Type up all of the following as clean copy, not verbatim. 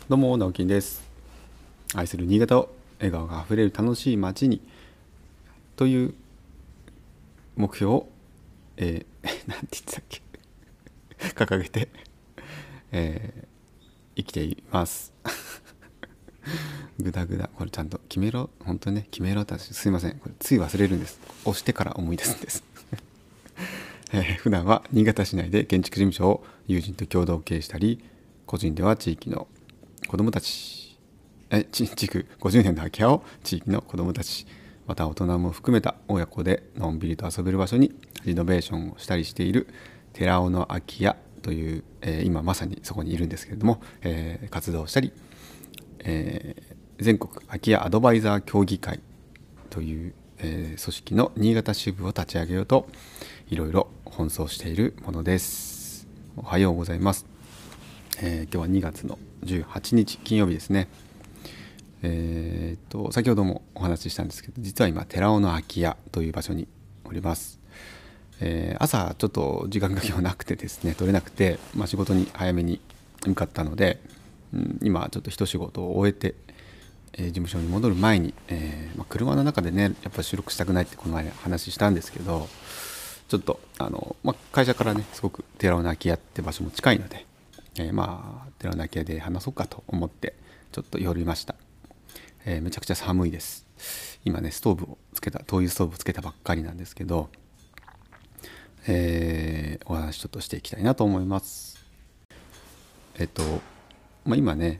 どうも直樹です。愛する新潟を笑顔があふれる楽しい街にという目標を、なんて言ってたっけ掲げて、生きています。グダグダ、これちゃんと決めろ、本当にね、決めろってすいません、これつい忘れるんです。押してから思い出すんです。普段は新潟市内で建築事務所を友人と共同経営したり、個人では地域の子どもたち、築50年の空き家を地域の子どもたち、また大人も含めた親子でのんびりと遊べる場所にリノベーションをしたりしている寺尾の空き家という、今まさにそこにいるんですけれども、活動をしたり、全国空き家アドバイザー協議会という、組織の新潟支部を立ち上げようといろいろ奔走しているものです。おはようございます。今日は2月の18日金曜日ですね。先ほどもお話ししたんですけど、実は今寺尾の空き家という場所におります。朝ちょっと時間が今日なくてですね、取れなくて、仕事に早めに向かったので、今ちょっと一仕事を終えて、事務所に戻る前に、車の中でねやっぱ収録したくないってこの前話したんですけど、ちょっと会社からねすごく寺尾の空き家って場所も近いので、寺尾の空き家で話そうかと思ってちょっと寄りました。めちゃくちゃ寒いです。今ね灯油ストーブをつけたばっかりなんですけど、お話ちょっとしていきたいなと思います。今ね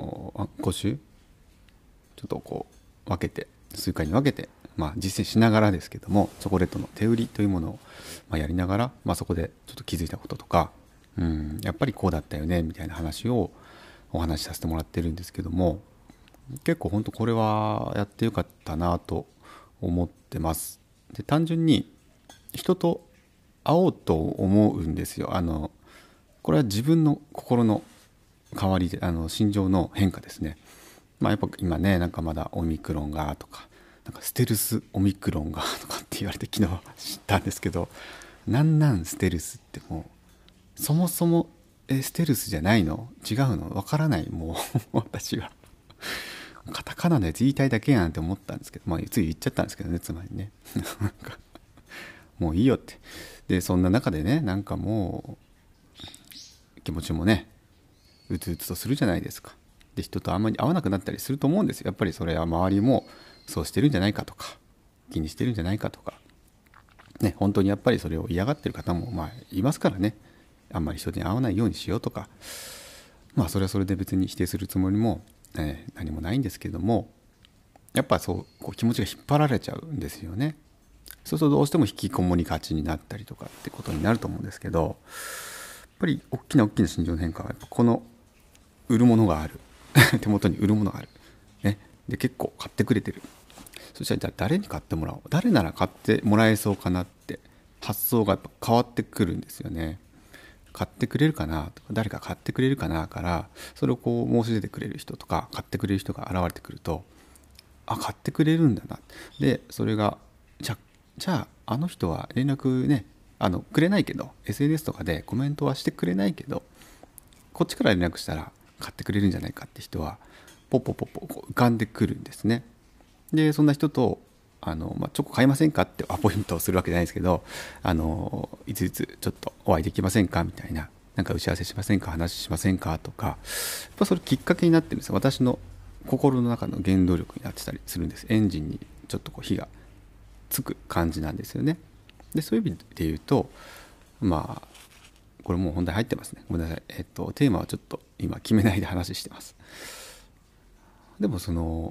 5週ちょっとこう分けて数回に分けて、実践しながらですけども、チョコレートの手売りというものを、やりながら、そこでちょっと気づいたこととか、やっぱりこうだったよねみたいな話をお話しさせてもらってるんですけども、結構本当これはやってよかったなと思ってます。で、単純に人と会おうと思うんですよ。これは自分の心の変わりで、心情の変化ですね。やっぱ今ねなんかまだオミクロンがとか、なんかステルスオミクロンがとかって言われて昨日知ったんですけど、なんステルスってもうそもそもステルスじゃないの違うのわからない、もう私はカタカナのやつ言いたいだけやんって思ったんですけど、つい言っちゃったんですけどね、妻にねなんかもういいよって。でそんな中でね、なんかもう気持ちもねうつうつとするじゃないですか。で人とあんまり会わなくなったりすると思うんですよ。やっぱりそれは周りもそうしてるんじゃないかとか、気にしてるんじゃないかとかね、本当にやっぱりそれを嫌がってる方もいますからね。あんまり人に会わないようにしようとか、それはそれで別に否定するつもりも、何もないんですけども、やっぱそうこう気持ちが引っ張られちゃうんですよね。そうするとどうしても引きこもりがちになったりとかってことになると思うんですけど、やっぱり大きな心情の変化はやっぱこの売るものがある手元に売るものがある、ね、で結構買ってくれてる。そしたらじゃあ誰に買ってもらおう、誰なら買ってもらえそうかなって発想がやっぱ変わってくるんですよね。買ってくれるかなとか、誰か買ってくれるかなから、それをこう申し出てくれる人とか買ってくれる人が現れてくると、買ってくれるんだな。でそれがじゃああの人は連絡ねくれないけど SNS とかでコメントはしてくれないけど、こっちから連絡したら買ってくれるんじゃないかって人はポッポポッポ浮かんでくるんですね。でそんな人とチョコ買いませんかってアポイントをするわけじゃないですけど、いついつちょっとお会いできませんかみたいな、なんか打ち合わせしませんか、話しませんかとか、やっぱそれきっかけになってるんですよ。私の心の中の原動力になってたりするんです。エンジンにちょっとこう火がつく感じなんですよね。でそういう意味で言うと、これもう本題入ってますね。ごめんなさい。テーマはちょっと今決めないで話してます。でもその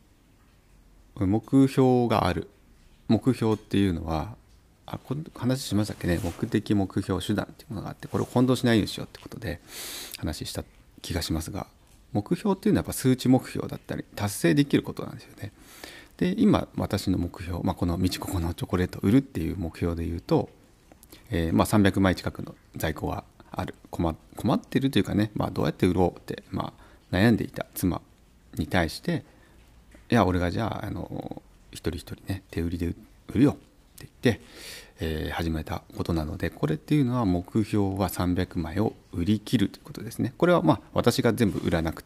目標がある。目標っていうのは、この話しましたっけね。目的、目標、手段っていうものがあって、これを混同しないようにしようってことで話した気がしますが、目標っていうのはやっぱ数値目標だったり達成できることなんですよね。で今私の目標、このみちここのチョコレートを売るっていう目標で言うと、300枚近くの在庫はある。困ってるというかね、どうやって売ろうって、悩んでいた妻に対して、いや俺がじゃあ、一人一人ね手売りで売るよって言って、始めたことなので、これっていうのは目標は300枚を売り切るということですね。これは私が全部売らなくても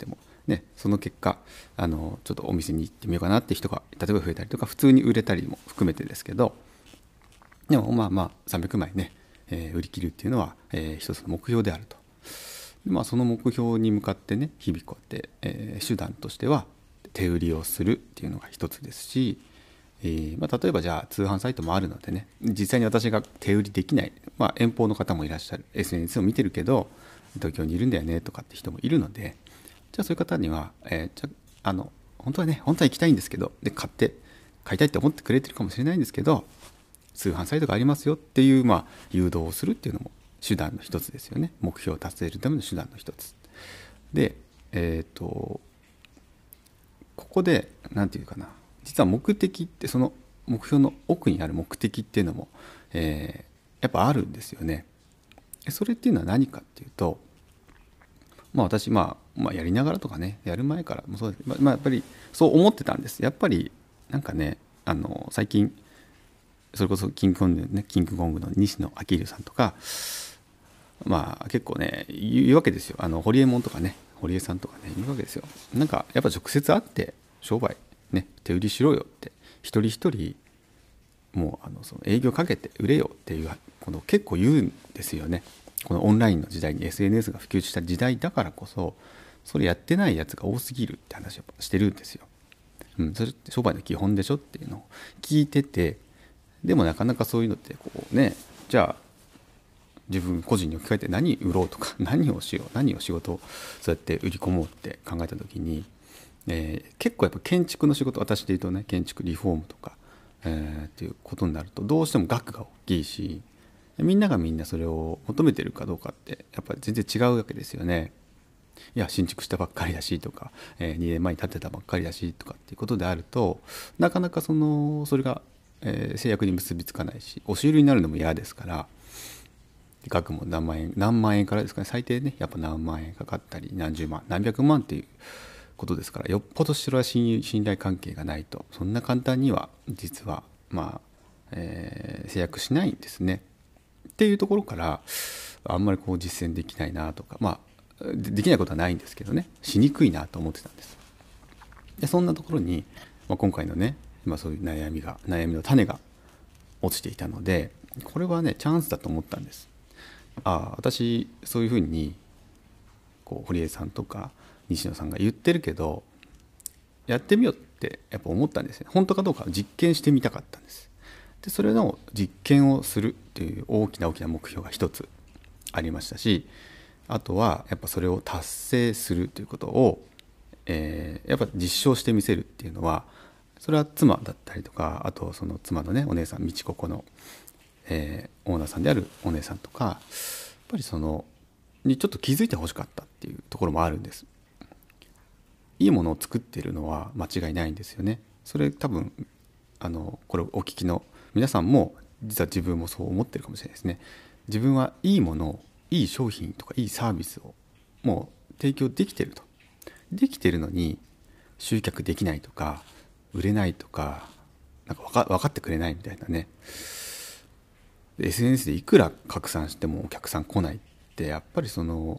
ね、その結果ちょっとお店に行ってみようかなって人が例えば増えたりとか、普通に売れたりも含めてですけど、でもまあ300枚ね、売り切るっていうのは、一つの目標であると。でその目標に向かってね、日々こうやって、手段としては手売りをするっていうのが一つですし、例えばじゃあ通販サイトもあるのでね、実際に私が手売りできない、遠方の方もいらっしゃる、 SNS を見てるけど東京にいるんだよねとかって人もいるので、じゃあそういう方には、本当は行きたいんですけど、で買いたいって思ってくれてるかもしれないんですけど、通販サイトがありますよっていう、誘導をするっていうのも手段の一つですよね。目標を達成するための手段の一つで、ここで何て言うかな、実は目的って、その目標の奥にある目的っていうのも、やっぱあるんですよね。それっていうのは何かっていうと、私やりながらとかね、やる前からもそうです。やっぱりそう思ってたんです。やっぱりなんかね、最近それこそキングコングの西野昭弘さんとか、結構ね言うわけですよ。堀江門とかね、堀江さんとかね言うわけですよ。なんかやっぱ直接会って商売ね、手売りしろよって、一人一人もうその営業かけて売れよっていうこの結構言うんですよね。このオンラインの時代に SNS が普及した時代だからこそ、それやってないやつが多すぎるって話をしてるんですよ。それって商売の基本でしょっていうのを聞いてて、でもなかなかそういうのってこうね、じゃあ自分個人に置き換えて何売ろうとか何をしよう、何を仕事をそうやって売り込もうって考えた時に、結構やっぱ建築の仕事、私で言うとね、建築リフォームとか、っていうことになるとどうしても額が大きいし、みんながみんなそれを求めてるかどうかってやっぱり全然違うわけですよね。いや新築したばっかりだしとか、2年前に建てたばっかりだしとかっていうことであると、なかなかそれが、制約に結びつかないし、押し売りになるのも嫌ですから、額も何万円からですかね、最低ね、やっぱ何万円かかったり、何十万何百万っていうことですから、よっぽどそれは信頼関係がないとそんな簡単には実は制約しないんですね。っていうところからあんまりこう実践できないなとか、できないことはないんですけどね、しにくいなと思ってたんです。でそんなところに、今回のね、そういう悩みの種が落ちていたので、これはねチャンスだと思ったんです。私そういうふうにこう堀江さんとか西野さんが言ってるけど、やってみようってやっぱ思ったんですね。本当かどうか実験してみたかったんです。でそれの実験をするっていう大きな目標が一つありましたし、あとはやっぱそれを達成するということを、やっぱ実証してみせるっていうのは、それは妻だったりとか、あとその妻のねお姉さん、道子この、オーナーさんであるお姉さんとか、やっぱりにちょっと気づいてほしかったっていうところもあるんです。いいものを作っているのは間違いないんですよね。それ多分これをお聞きの皆さんも実は自分もそう思ってるかもしれないですね。自分はいいものを、いい商品とかいいサービスをもう提供できてると、できてるのに集客できないとか売れないとか、なんか分かってくれないみたいなね。SNS でいくら拡散してもお客さん来ないって、やっぱりそれも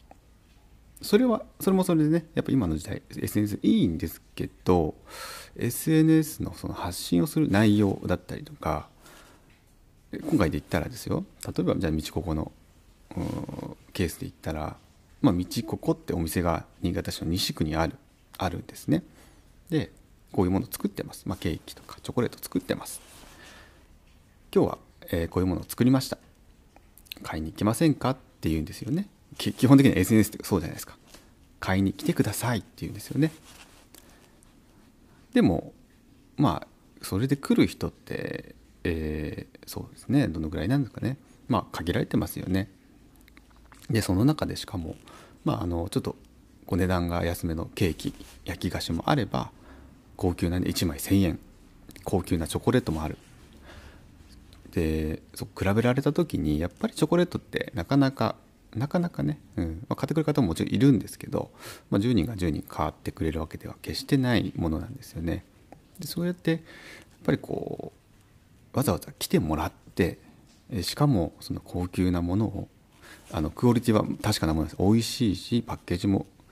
それでね、やっぱ今の時代 SNS いいんですけど、 SNS のその発信をする内容だったりとか、今回で言ったらですよ、例えばじゃあ道ここのケースで言ったら、道ここってお店が新潟市の西区にあるんですね。でこういうものを作ってます、ケーキとかチョコレート作ってます、今日は、こういうものを作りました、買いに行けませんかって言うんですよね。基本的には SNS ってそうじゃないですか。買いに来てくださいって言うんですよね。でもそれで来る人って、そうですね、どのぐらいなんですかね。限られてますよね。でその中でしかも、ちょっとお値段が安めのケーキ焼き菓子もあれば、高級な1枚1000円高級なチョコレートもある。で比べられた時にやっぱりチョコレートってなかなかね、買ってくる方ももちろんいるんですけど、10人が10人買ってくれるわけでは決してないものなんですよね。でそうやってやっぱりこうわざわざ来てもらって、しかもその高級なものをクオリティは確かなものです。美味しいしパッケージも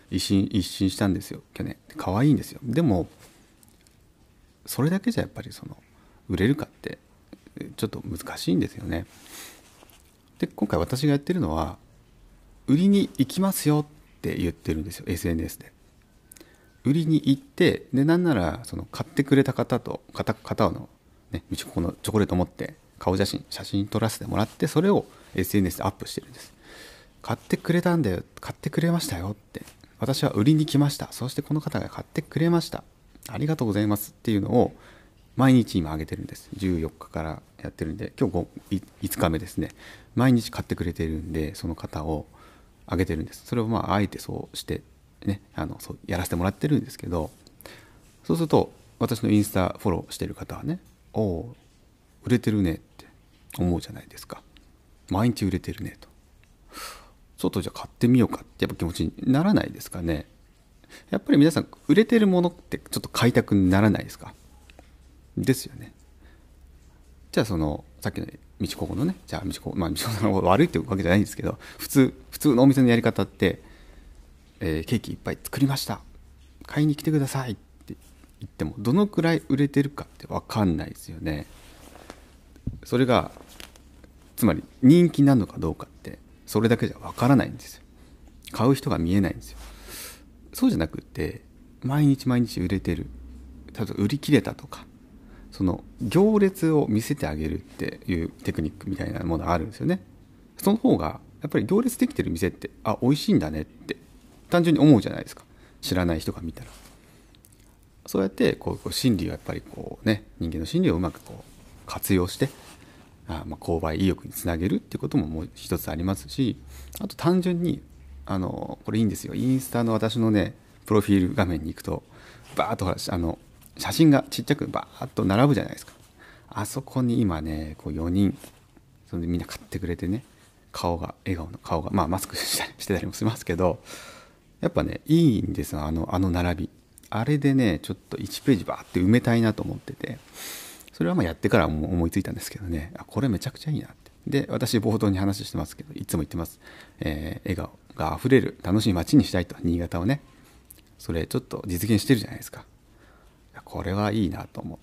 一新したんですよ去年。可愛いんですよ。でもそれだけじゃやっぱり売れるかってちょっと難しいんですよね。で今回私がやってるのは売りに行きますよって言ってるんですよ。 SNS で売りに行って、でなんなら買ってくれた方のね、ここのチョコレートを持って顔写真撮らせてもらって、それを SNS でアップしてるんです。買ってくれたんだよ、買ってくれましたよって、私は売りに来ました、そしてこの方が買ってくれました、ありがとうございますっていうのを毎日今上げてるんです。14日からやってるんで、今日5日目ですね。毎日買ってくれてるんで、その方を上げてるんです。それをあえてそうしてね、そうやらせてもらってるんですけど、そうすると私のインスタフォローしてる方はね、おお売れてるねって思うじゃないですか。毎日売れてるねと、ちょっとじゃあ買ってみようかってやっぱ気持ちにならないですかね。やっぱり皆さん売れてるものってちょっと買いたくならないですか。ですよね。じゃあさっきのみちこのね、じゃあみちこさんが悪いってわけじゃないんですけど、普通のお店のやり方って、ケーキいっぱい作りました、買いに来てくださいって言ってもどのくらい売れてるかって分かんないですよね。それがつまり人気なのかどうかってそれだけじゃ分からないんですよ。買う人が見えないんですよ。そうじゃなくって毎日毎日売れてる、例えば売り切れたとか、行列を見せてあげるっていうテクニックみたいなものがあるんですよね。その方がやっぱり行列できてる店って美味しいんだねって単純に思うじゃないですか、知らない人が見たら。そうやって心理をやっぱり人間の心理をうまく活用して購買意欲につなげるっていうことももう一つありますし、あと単純にこれいいんですよ。インスタの私のねプロフィール画面に行くとバーッと写真がちっちゃくバーッと並ぶじゃないですか。あそこに今ね4人それでみんな買ってくれてね、笑顔の顔がマスクしてたりもしますけど、やっぱねいいんですよ。あの並び、あれでねちょっと1ページバーって埋めたいなと思ってて、それはやってから思いついたんですけどね、これめちゃくちゃいいなって。で私冒頭に話してますけどいつも言ってます、笑顔があふれる楽しい街にしたいと、新潟をね。それちょっと実現してるじゃないですか。これはいいなと思って、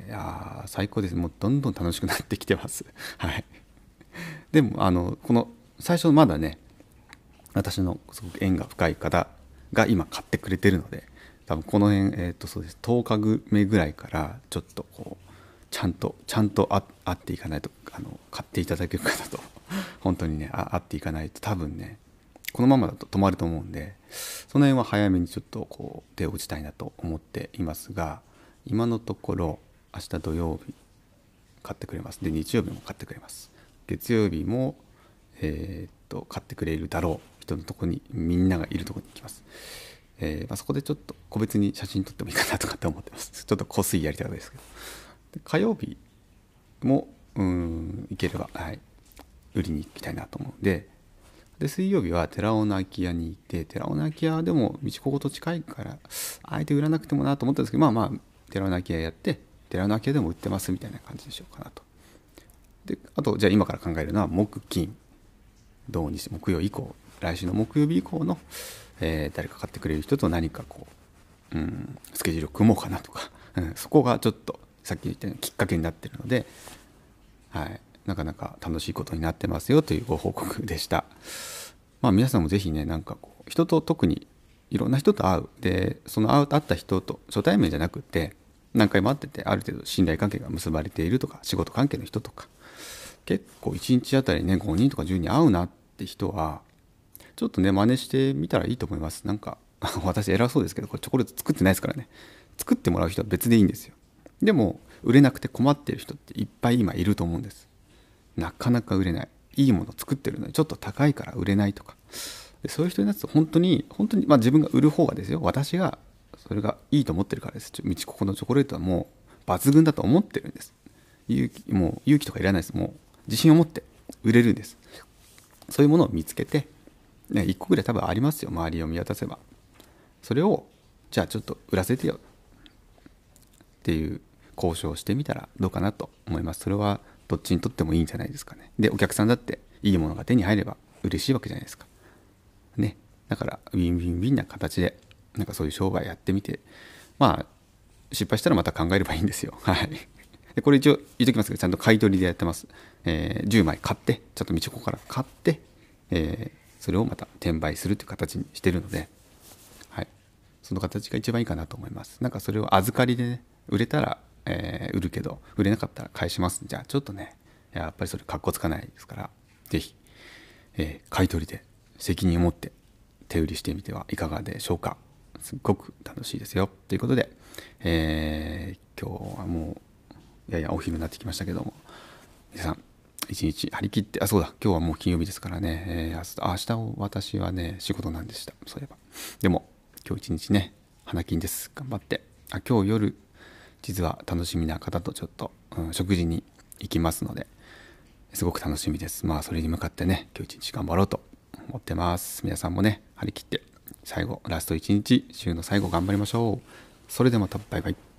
最高です。もうどんどん楽しくなってきてますはいでもこの最初まだね私のすごく縁が深い方が今買ってくれてるので、多分この辺、そうです10日目ぐらいからちょっとちゃんと会っていかないと、買っていただける方と本当にね会っていかないと多分ねこのままだと止まると思うんで、その辺は早めにちょっと手を打ちたいなと思っていますが、今のところ明日土曜日買ってくれます。で日曜日も買ってくれます。月曜日も買ってくれるだろう人のとこに、みんながいるとこに行きます。そこでちょっと個別に写真撮ってもいいかなとかって思ってます。ちょっと濃すいやり方ですけど。で火曜日も行ければ、売りに行きたいなと思うんで、水曜日は寺尾の空き家に行って、寺尾の空き家でも道ここと近いからあえて売らなくてもなと思ったんですけど、寺尾の空き家やって寺尾の空き家でも売ってますみたいな感じにしようかなと。であとじゃあ今から考えるのは木金土日木曜以降、来週の木曜日以降の、誰か買ってくれる人と何かスケジュールを組もうかなとか、そこがちょっとさっき言ったようにきっかけになっているので、なかなか楽しいことになってますよというご報告でした。皆さんもぜひね、人と特にいろんな人と会う。で、その会った人と初対面じゃなくて何回も会っててある程度信頼関係が結ばれているとか、仕事関係の人とか、結構1日あたりね5人とか10人会うなって人はちょっとね真似してみたらいいと思います。私偉そうですけど、これチョコレート作ってないですからね。作ってもらう人は別でいいんですよ。でも売れなくて困っている人っていっぱい今いると思うんです。なかなか売れない、いいもの作ってるのにちょっと高いから売れないとか、そういう人になると本当に自分が売る方がですよ、私がそれがいいと思ってるからです。ここのチョコレートはもう抜群だと思ってるんです。もう勇気とかいらないです。もう自信を持って売れるんです。そういうものを見つけて、1個ぐらい多分ありますよ、周りを見渡せば。それをじゃあちょっと売らせてよっていう交渉をしてみたらどうかなと思います。それはどっちにとってもいいんじゃないですかね。でお客さんだっていいものが手に入れば嬉しいわけじゃないですかね。 だからウィンウィンウィンな形でなんかそういう商売やってみて、まあ失敗したらまた考えればいいんですよ。はい。でこれ一応言っときますけど、ちゃんと買い取りでやってます。10枚買って、ちょっとみちょこから買って、それをまた転売するという形にしてるので、はい、その形が一番いいかなと思います。なんかそれを預かりでね、売れたら、売るけど、売れなかったら返します。じゃあちょっとね、やっぱりそれかっこつかないですから、ぜひ、買い取りで責任を持って手売りしてみてはいかがでしょうか。すっごく楽しいですよ。ということで、今日はもうややお昼になってきましたけども、皆さん一日張り切って、そうだ、今日はもう金曜日ですからね、明日私はね仕事なんでした。そういえば。でも今日一日ね花金です。頑張って。今日夜実は楽しみな方とちょっと、食事に行きますので、すごく楽しみです。まあそれに向かってね今日一日頑張ろうと思ってます。皆さんもね張り切って最後ラスト一日、週の最後頑張りましょう。それではまた、バイバイ。